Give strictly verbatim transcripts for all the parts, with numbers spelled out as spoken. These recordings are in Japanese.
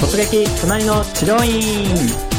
突撃隣の治療院。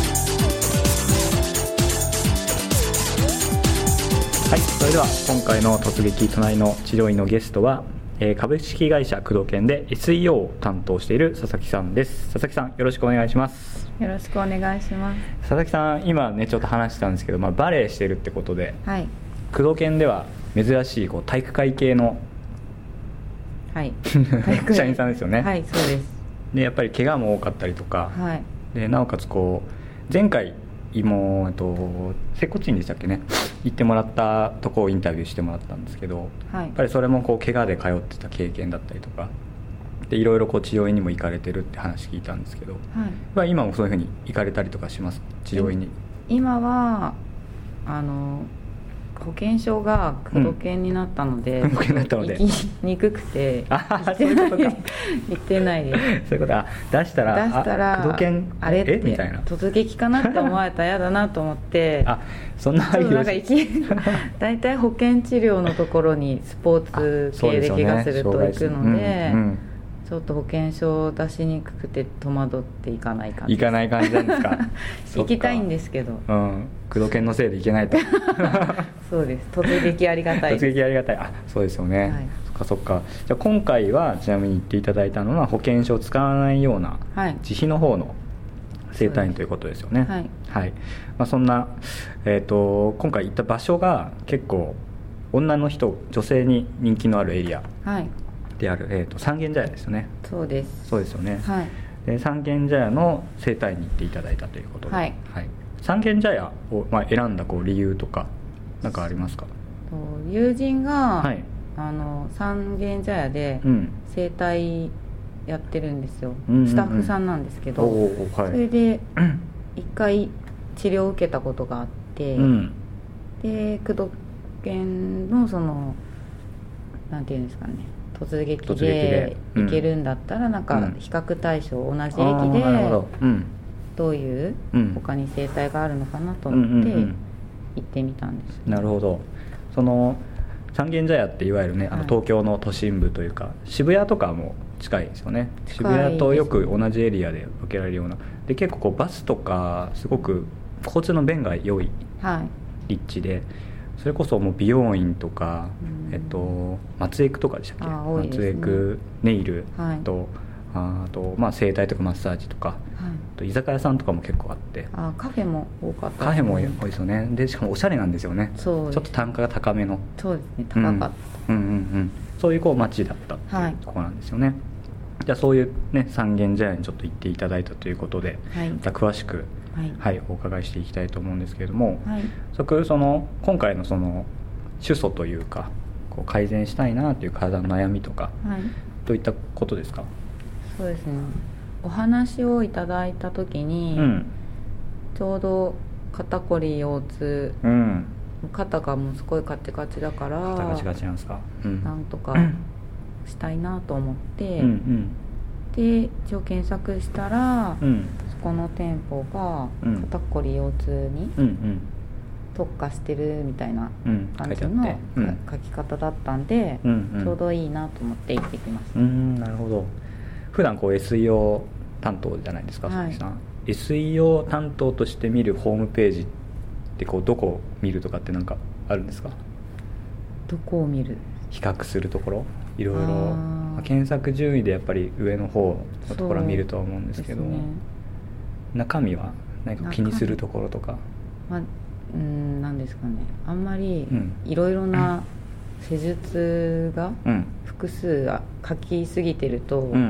はい、それでは今回の突撃隣の治療院のゲストは、えー、株式会社工藤研で エスイーオー を担当している佐々木さんです。佐々木さん、よろしくお願いします。 よろしくお願いします。 佐々木さん、今ねちょっと話したんですけど、まあ、バレエしてるってことで、 はい、 工藤研では珍しいこう体育会系の、 はい、 社員さんですよね。 はい、そうです。 でやっぱり怪我も多かったりとか、 はい、 でなおかつこう前回もと接骨院でしたっけね、行ってもらったとこをインタビューしてもらったんですけど、はい、やっぱりそれもこう怪我で通ってた経験だったりとかで、いろいろこう治療院にも行かれてるって話聞いたんですけど、はい、まあ、今もそういうふうに行かれたりとかします？治療院に。 今はあの保険証が工藤研になったので、うん、 保険になったので行きにくくてあそういうことか行ってないです。 そういうこと。あ、出したら出したら工藤研あれってみたいな突撃かなって思われたら嫌だなと思ってあ、そんなちょっとなんか行き大体保険治療のところにスポーツ系で怪我すると行くので、うんうん、ちょっと保険証出しにくくて戸惑っていかない感じ。 行かない感じなんですか行きたいんですけど、 うん、工藤研のせいで行けないとそうです。突撃ありがたい。 突撃ありがたい。あ、そうですよね、はい、そっかそっか。じゃあ今回はちなみに言っていただいたのは保険証を使わないような自費の方の整体院ということですよね。はい、はい、まあ、そんな、えーと、今回行った場所が結構女の人女性に人気のあるエリアである、はい、えーと、三軒茶屋ですよね。 そうです。 そうですよね、 はい、 で三軒茶屋の整体院に行っていただいたということで、はいはい、三軒茶屋を、まあ、選んだこう理由とか何かありますか？ 友人が、はい、あの三軒茶屋で整体やってるんですよ、うん、スタッフさんなんですけど、うんうんうん、それで一回治療を受けたことがあって、うん、で工藤研のそのなんていうんですかね、突撃で行けるんだったら、うん、なんか比較対象同じ駅で、うん、どういう他に整体があるのかなと思って行ってみたんです、 うんうんうん、なるほど。その三軒茶屋っていわゆるね、あの東京の都心部というか、はい、渋谷とかも近いですよね。渋谷とよく同じエリアで分けられるようなで、結構こうバスとかすごく交通の便が良い立地で、はい、それこそもう美容院とか、えっと、松江区とかでしたっけ、ね、松江区ネイルと、はい、あと、まあ、整体とかマッサージとか、はい、と居酒屋さんとかも結構あって、 あ、カフェも多かったですね。 カフェも多いですよね。でしかもおしゃれなんですよね。 そうです。 ちょっと単価が高めの。 そうですね、高かった、 うん、うんうんうん、そういうこう街だったっていうところなんですよね、はい、じゃあそういうね三軒茶屋にちょっと行っていただいたということで、はい、また詳しく、はいはい、お伺いしていきたいと思うんですけれども、はい、その今回のその主訴というかこう改善したいなという体の悩みとか、はい、どういったことですか？ そうですね、お話をいただいた時に、うん、ちょうど肩こり腰痛、うん、肩がもうすごいカチカチだから肩ガチガチなんですか、うん、 なんとかしたいなと思って、うんうん、で一応検索したら、うん、そこの店舗が肩こり腰痛に特化してるみたいな感じの書き方だったんで、うんうん、ちょうどいいなと思って行ってきました。 うん、なるほど。普段こう エスイーオー 担当じゃないですか、佐々木さん、はい、エスイーオー 担当として見るホームページってこうどこを見るとかって何かあるんですか？ どこを見る？ 比較するところいろいろ、まあ、検索順位でやっぱり上の方のところは見るとは思うんですけども、ね、中身は何か気にするところとか、 まあ、うーんなんですかね、あんまりいろいろな施術が複数書きすぎてると、うんうんうん、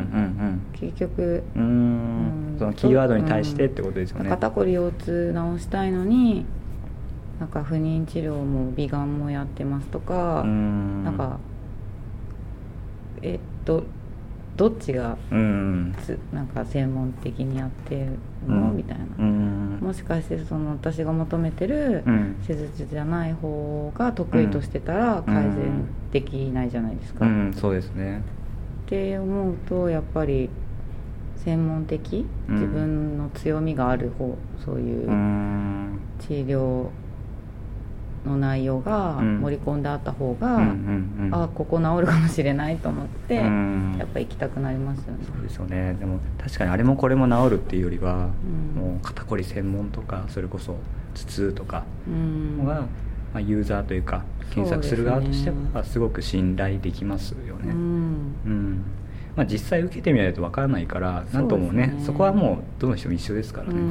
結局うーん、うん、そのキーワードに対してってことですよね、 うん、肩こり腰痛治したいのになんか不妊治療も美顔もやってますとか、うん、なんかえっとどっちが、うん、なんか専門的にやってるの、うん、みたいな、うん、もしかしてその私が求めてる施術じゃない方が得意としてたら改善できないじゃないですか、 うんうん、そうですね。 って思うとやっぱり専門的、自分の強みがある方、そういう治療の内容が盛り込んであった方が、うんうんうん、あここ治るかもしれないと思って、うん、やっぱ行きたくなりますよね。 そうですよね。でも確かにあれもこれも治るっていうよりは、うん、もう肩こり専門とかそれこそ頭痛とかのが、うんまあ、ユーザーというか検索する側としてはすごく信頼できますよね。うんうんまあ、実際受けてみないと分からないから何とも ね, ねそこはもうどの人も一緒ですからね、うん、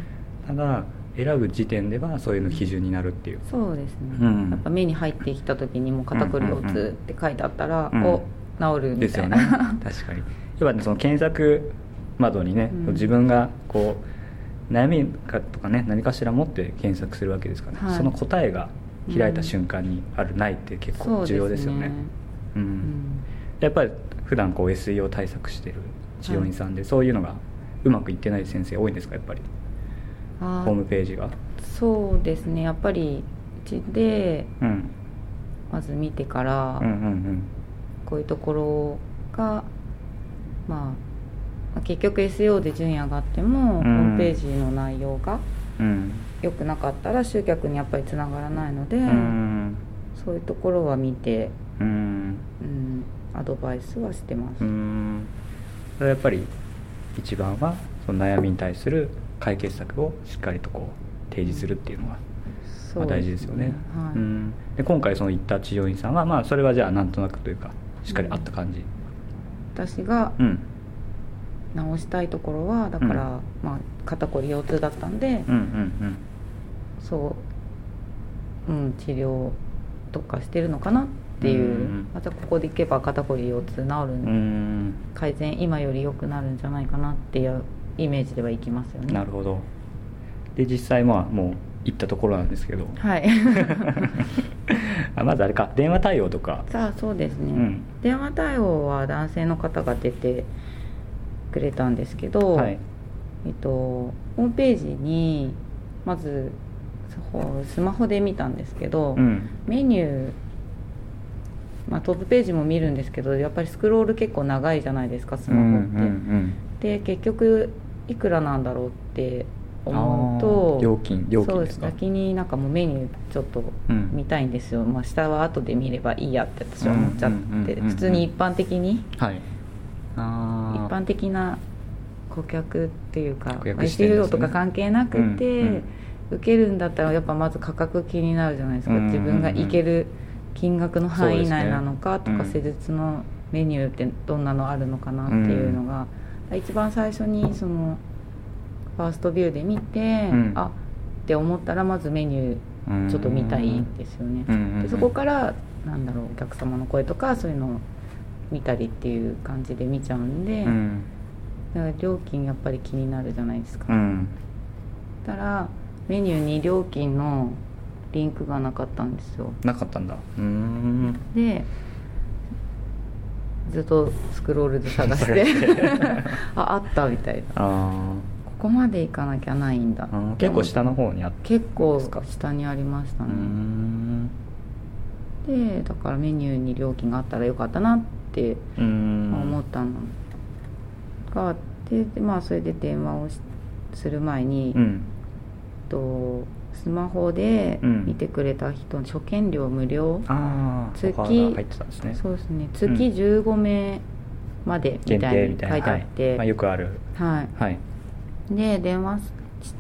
ただ選ぶ時点ではそういうの基準になるっていう。 そうですね、うん、やっぱ目に入ってきた時にも肩こり腰痛って書いてあったら、うんうんうん、お治るみたいなですよね。確かに要は、ね、その検索窓にね、うん、自分がこう悩みかとかね何かしら持って検索するわけですから、ねはい、その答えが開いた瞬間にある、うん、ないって結構重要ですよね。う、ねうんうん、やっぱり普段こう エスイーオー 対策してる治療院さんで、はい、そういうのがうまくいってない先生多いんですか？やっぱりホームページが。 そうですね、やっぱりうちでまず見てから、うんうんうん、こういうところが、まあ、結局 エスイーオー で順位上がっても、うん、ホームページの内容が良くなかったら集客にやっぱりつながらないので、うん、そういうところは見て、うんうん、アドバイスはしてます。うんそれはやっぱり一番はその悩みに対する解決策をしっかりとこう提示するっていうのがまあ大事ですよね。はい、うんで今回その行った治療院さんは、まあ、それはじゃあなんとなくというかしっかりあった感じ、うん、 私が治したいところはだから、うんまあ、肩こり腰痛だったんで、うんうんうん、そう、うん、治療とかしてるのかなっていう、うん、またここで行けば肩こり腰痛治る、うん、改善今より良くなるんじゃないかなっていうイメージではいきますよね。 なるほど。で実際まあもう行ったところなんですけど、はいあまずあれか電話対応とか。 さあそうですね、うん、電話対応は男性の方が出てくれたんですけど、はいえっと、ホームページにまずスマホで見たんですけど、うん、メニュー、まあ、トップページも見るんですけどやっぱりスクロール結構長いじゃないですかスマホって、うんうんうん、で結局いくらなんだろうって思うと料金料金ですか？ そうです。先になんかもうメニューちょっと見たいんですよ、うんまあ、下は後で見ればいいやって私は思っちゃって、うんうんうんうん、普通に一般的に、はい、あ一般的な顧客っていうかエスイーオーとか関係なくて、うんうん、受けるんだったらやっぱまず価格気になるじゃないですか、うんうんうん、自分がいける金額の範囲内なのかとか、ね、施術のメニューってどんなのあるのかなっていうのが、うん、一番最初にそのファーストビューで見て、うん、あって思ったらまずメニューちょっと見たいですよね、うんうんうん、でそこからなんだろうお客様の声とかそういうのを見たりっていう感じで見ちゃうんで、うん、だから料金やっぱり気になるじゃないですか、うん、たらメニューに料金のリンクがなかったんですよ。 なかったんだ。うーんでずっとスクロールで探してあ、あったみたいな。あここまで行かなきゃないんだ。 結構下の方にあったんですか？ 結構下にありましたね。うーんでだからメニューに料金があったらよかったなって思ったのがあって、でまあそれで電話をする前に、うん、とスマホで見てくれた人、うん、初見料無料、あ月入ってたんですね。そうですね、月じゅうごめいまでみたいに書いてあって、 はいまあ、よくある、 はい、はい、で電話して、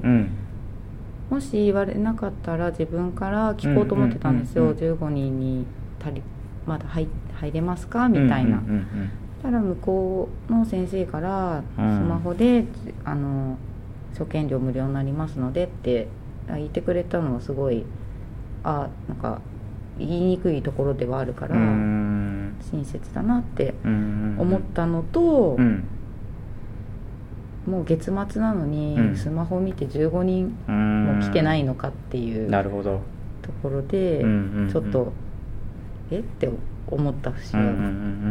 うん、もし言われなかったら自分から聞こうと思ってたんですよ、うんうんうんうん、じゅうごにんに足りまだ 入, 入れますかみたいな、うんうんうんうん、ただ向こうの先生からスマホで、うん、あの初見料無料になりますのでって言ってくれたのはすごいあなんか言いにくいところではあるから親切だなって思ったのと、うん、もう月末なのにスマホ見てじゅうごにんも来てないのかっていうところでちょっとえって思った節は、うんうんうん、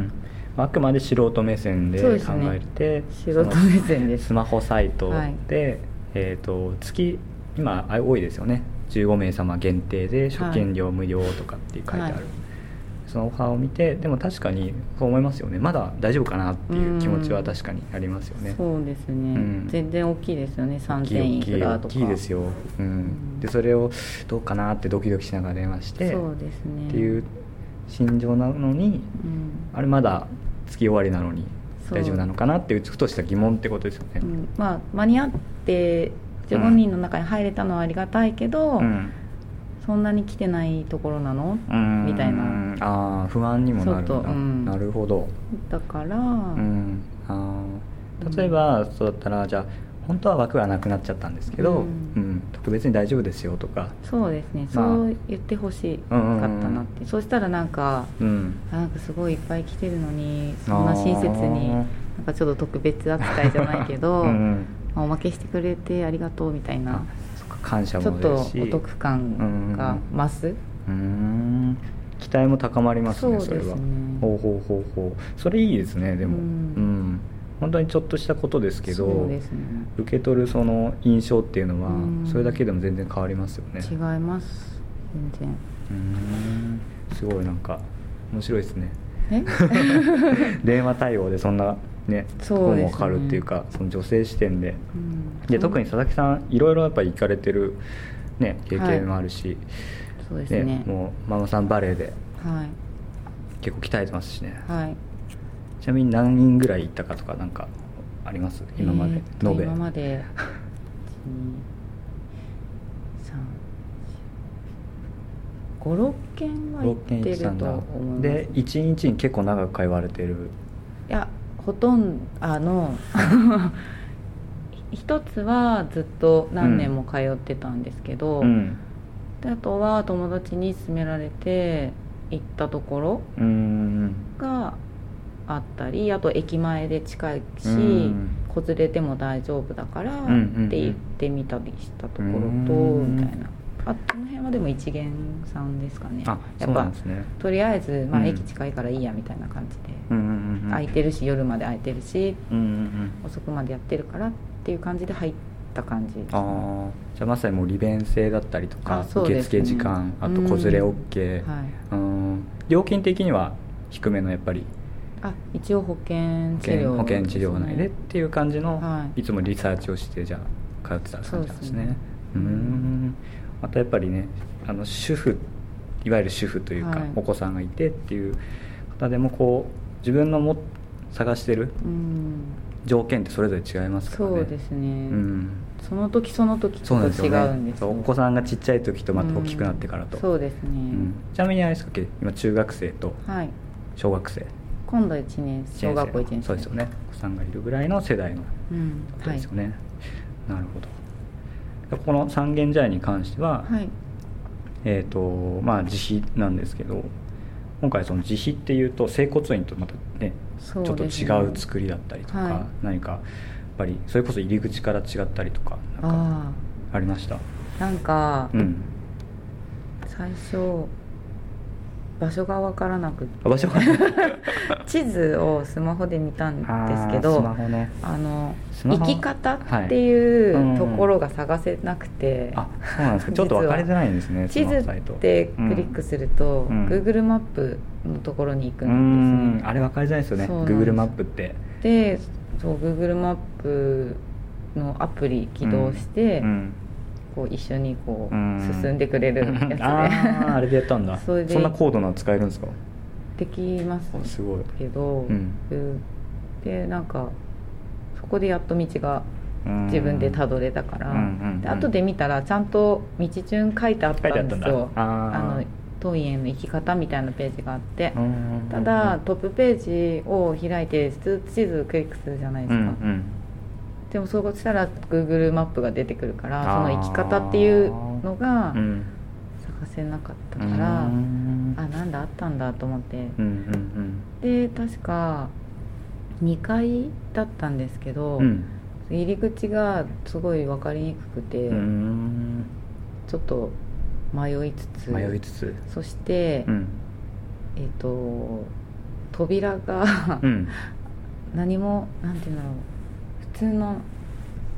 あくまで素人目線で考えて、 ね、素人目線です。 スマホサイトで、はいえー、と月今多いですよね、じゅうごめいさま限定で初見料無料とかって書いてある、はい、 そのオファーを見て、でも確かにそう思いますよね。まだ大丈夫かなっていう気持ちは確かにありますよね。 うん、そうですね、うん、全然大きいですよね。さんぜんいくらとか大きいですよ、うんうん、でそれをどうかなってドキドキしながら電話して、 そうですねっていう心情なのに、うん、あれまだ月終わりなのに大丈夫なのかなっていうふとした疑問ってことですよね、うん、 まあ間に合ってじゅうごにんの中に入れたのはありがたいけど、うん、そんなに来てないところなのみたいな、 あ不安にもなるんだ、うん、なるほど。 だから、うん、 あ例えば、うん、そうだったらじゃあ本当は枠はなくなっちゃったんですけど、うんうん、特別に大丈夫ですよとか、 そうですね、まあ、そう言ってほしかったなって、うんうんうん、そうしたらなんか、うん、なんかすごいいっぱい来てるのにそんな親切になんかちょっと特別扱いじゃないけど、うんうんまあ、おまけしてくれてありがとうみたいな、 感謝もですしちょっとお得感が増す、 うんうん、期待も高まりますね。それはほうほうほうほう、それいいですね。でも、うん、うん本当にちょっとしたことですけど、そうですね、受け取るその印象っていうのは、うん、それだけでも全然変わりますよね。 違います、全然。 うんすごいなんか面白いですね。電話対応でそんなねとこも分かるっていうか、その女性視点で、うん、で特に佐々木さんいろいろやっぱり行かれてる、ね、経験もあるし、はい、 そうですね、 ねもうママさんバレーで結構鍛えてますしね、 はい、 ちなみに何人ぐらい行ったかとかなんかあります？今まで、 えー、延べ今までいち、に、さん、ご、ろっけんは行ってると思います。 でいちにちに結構長く通われてる？ いやほとんどあの一つはずっと何年も通ってたんですけど、うん、であとは友達に勧められて行ったところがあったり、あと駅前で近いし、うん、子連れでも大丈夫だからって言ってみたりしたところと、うん、みたいな、あこの辺はでも一元さんですかね。 あやっぱ、 ね、 とりあえず、まあ、駅近いからいいやみたいな感じで、うんうんうん、空いてるし夜まで空いてるし、うんうんうん、遅くまでやってるからっていう感じで入った感じです、ね、 あじゃあまさにもう利便性だったりとか、ね、受付時間、あと子連れ OK、うんはい、うん料金的には低めのやっぱりあ一応保険治療、 ね、保険治療内でっていう感じの、はい、いつもリサーチをしてじゃあ通ってた感じなんですね。うーんまたやっぱりねあの主婦いわゆる主婦というか、はい、お子さんがいてっていう方でもこう自分のも探してる条件ってそれぞれ違いますからね。 そうですね、うん、その時その時と違うんですよ、ね、 そうお子さんがちっちゃい時とまた大きくなってからと、 うん、そうですね、うん、 ちなみにあれですか今中学生と小学生、はい、 今度いちねん小学校いちねん生、 そうですよね、お子さんがいるぐらいの世代のことですよね、うんはい、なるほど。この三軒茶屋に関しては、はいえーとまあ、自費なんですけど、今回その自費っていうと整骨院とまたねちょっと違う作りだったりとか、はい、何かやっぱりそれこそ入り口から違ったりとかなんかありました？ なんか、うん、最初場所が分からなくて場所が地図をスマホで見たんですけど、 スマホね、 あの行き方っていうところが探せなくて、 はいうん、あそうなんですかちょっと分かりづらいんですね。 地図ってクリックすると、うん、Google マップのところに行くんですね。 あれ分かりづらいですよね Google マップって。 でそう Google マップのアプリ起動して、うんうんこう一緒にこう進んでくれるやつであ, あれでやったんだそれでそんな高度なの使えるんですか？ できますすごいけど、うん、でなんかそこでやっと道が自分でたどれたから、うんうんうん、で後で見たらちゃんと道順書いてあったんですよ。ああの当院への行き方みたいなページがあって、うんうんうん、ただトップページを開いて地図をクリックするじゃないですか、うんうんでもそうしたら Google マップが出てくるからその行き方っていうのが探せなかったから、うん、あなんだあったんだと思って、うんうんうん、で確かにかいだったんですけど、うん、入り口がすごい分かりにくくて、うん、ちょっと迷いつつ迷いつつそして、うん、えっと扉が、うん、何もなんていうんだろう普通の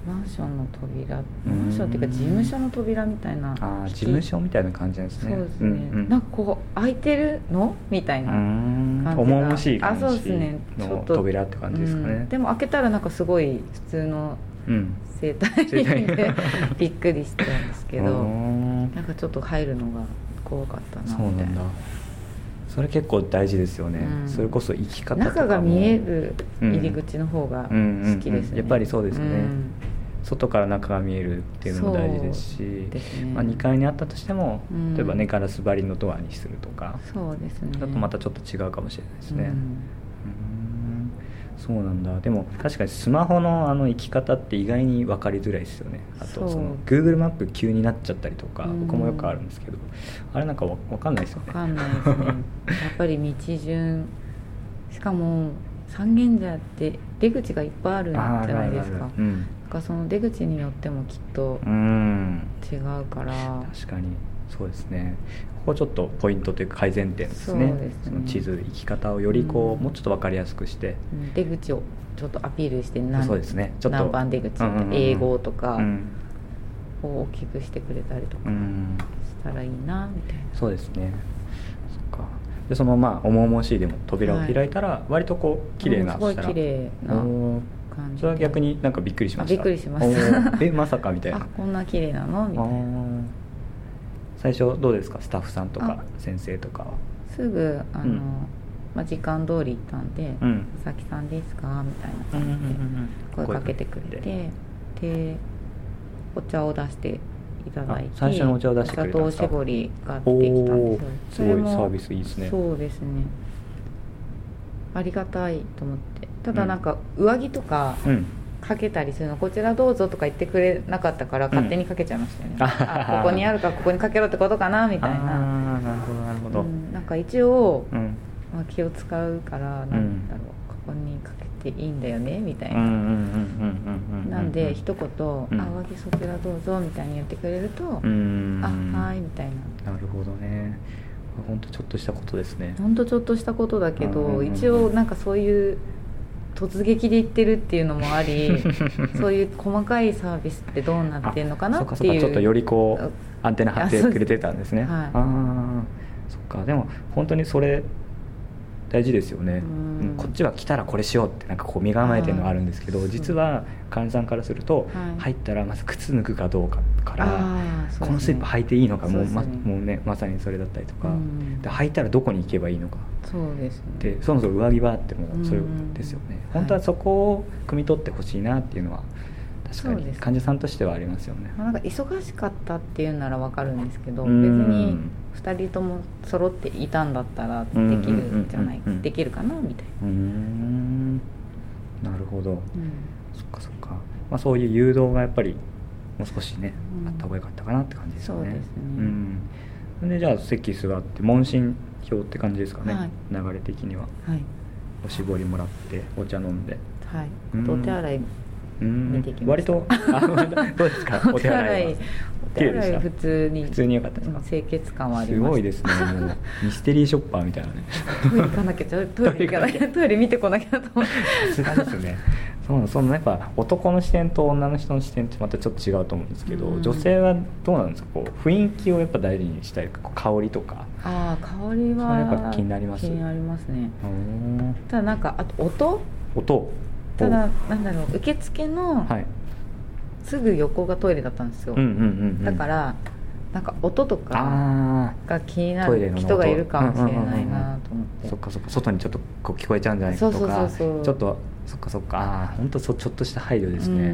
マンションの扉、マンションっていうか事務所の扉みたいな、 ああ事務所みたいな感じですね。 そうですね、うんうん、なんかこう開いてるのみたいな感じが重々しい感じあそうですねの扉って感じですかね、うん、 でも開けたらなんかすごい普通の生態院でびっくりしたんですけどなんかちょっと入るのが怖かったなみたいな。そうなんだ。 それ結構大事ですよね、うん、それこそ生き方とかも中が見える入り口の方が好きですね、うんうんうんうん、 やっぱりそうですね、うん、外から中が見えるっていうのも大事ですしですね、 まあ、にかいにあったとしても、うん、例えばねガラス張りのドアにするとか、 そうですね、 だとまたちょっと違うかもしれないですね、うん、うーんそうなんだ。でも確かにスマホのあの生き方って意外に分かりづらいですよね。あとその Google マップ急になっちゃったりとか、うん、僕もよくあるんですけど、あれなんか分かんないですよね。 分かんないですねやっぱり道順、しかも三軒茶屋って出口がいっぱいあるんじゃないですか。うん、だからその出口によってもきっと違うから、 うん、確かにそうですね。ここちょっとポイントというか改善点ですね。そうですね。その地図生き方をよりこう、うん、もうちょっと分かりやすくして、 うん、出口をちょっとアピールして何、 そうですね、ちょっと何番出口、うんうんうん、英語とかを大きくしてくれたりとかしたらいいなみたいな、 うん、そうですね。そっか。でそのまあ重々しいでも扉を開いたら割とこう綺麗な、 すごい綺麗な感じ。 それは逆になんかびっくりしました。 びっくりしましたえまさかみたいな。 あこんな綺麗なのみたいな。 最初どうですか、スタッフさんとか先生とかは。 すぐあの、うんまあ、時間通り行ったんで「佐々木さんですか?」みたいな感じで声かけてくれて、でお茶を出していただいて、 最初のお茶を出してくれたんですか。 砂糖絞りができたんですよ。 すごいサービスいいですね。 そうですね、ありがたいと思って。ただなんか上着とかかけたりするの、こちらどうぞとか言ってくれなかったから勝手にかけちゃいましたよね、うん、あここにあるからここにかけろってことかなみたいな。 あなるほどなるほど、うん、 なんか一応、うんまあ、気を使うからなんだろう、ここにかけていいんだよねみたいな。なんで一言「あ上着そちらどうぞ」みたいに言ってくれると「うんあはい」みたいな。 なるほどね。ほんとちょっとしたことですね。 ほんとちょっとしたことだけど、一応なんかそういう突撃で言ってるっていうのもありそういう細かいサービスってどうなってんのかなっていう。そうかそうか、ちょっとよりこうアンテナ張ってくれてたんですね。あ、はい、あそっか。でも本当にそれ大事ですよね。こっちは来たらこれしようってなんかこう身構えてるのがあるんですけど、実は患者さんからすると、入ったらまず靴脱ぐかどうかから、このスリッパ履いていいのか、もうまもうねまさにそれだったりとか、で履いたらどこに行けばいいのか、 そうですね。 でそもそも上着はあってもそれですよね。本当はそこを汲み取ってほしいなっていうのは確かに患者さんとしてはありますよね。 なんか忙しかったっていうなら分かるんですけど、別にふたりとも揃っていたんだったらできるんじゃない、できるかなみたいな。うーんなるほど、うん、そっかそっか、まあ、そういう誘導がやっぱりもう少しね、うん、あった方がよかったかなって感じですよね。 そうですね、 うん、でじゃあ席座って問診票って感じですかね、はい、流れ的には、はい、おしぼりもらってお茶飲んで、 はい、お手洗い見てきました。 割とあどうですかお手洗いは。 お手洗い普通に普通に良かったですか。 清潔感はありました。 すごいですね。もうミステリーショッパーみたいなね。 トイレ行かなきゃ、トイレ行かなきゃ、トイレ見てこなきゃと思って。 さすがですね。そうそのやっぱ男の視点と女の人の視点ってまたちょっと違うと思うんですけど、うん、女性はどうなんですか。こう雰囲気をやっぱ大事にしたいか、香りとか。 ああ香りはやっぱ気になります。 気になりますね。ただなんかあと音。 音。 ただなんだろう、受付の、はい、すぐ横がトイレだったんですよ、うんうんうんうん、だからなんか音とかが気になる人がいるかもしれないなと思って、 そっかそっか、外にちょっとこう聞こえちゃうんじゃないかとか、そうそうそうそう、ちょっとそっかそっか、ああ本当そちょっとした配慮ですね、うん、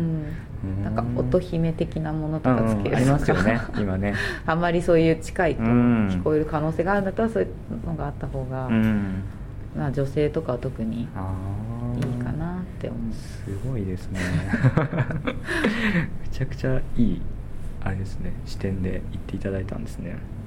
なんか音姫的なものとかつけるとか、うんうん、ありますよね今ねあんまりそういう近いと聞こえる可能性があるんだったらそういうのがあった方が、うん、まあ、女性とかは特にいいかなって思う。 すごいですねめちゃくちゃいいあれですね、視点で言っていただいたんですね。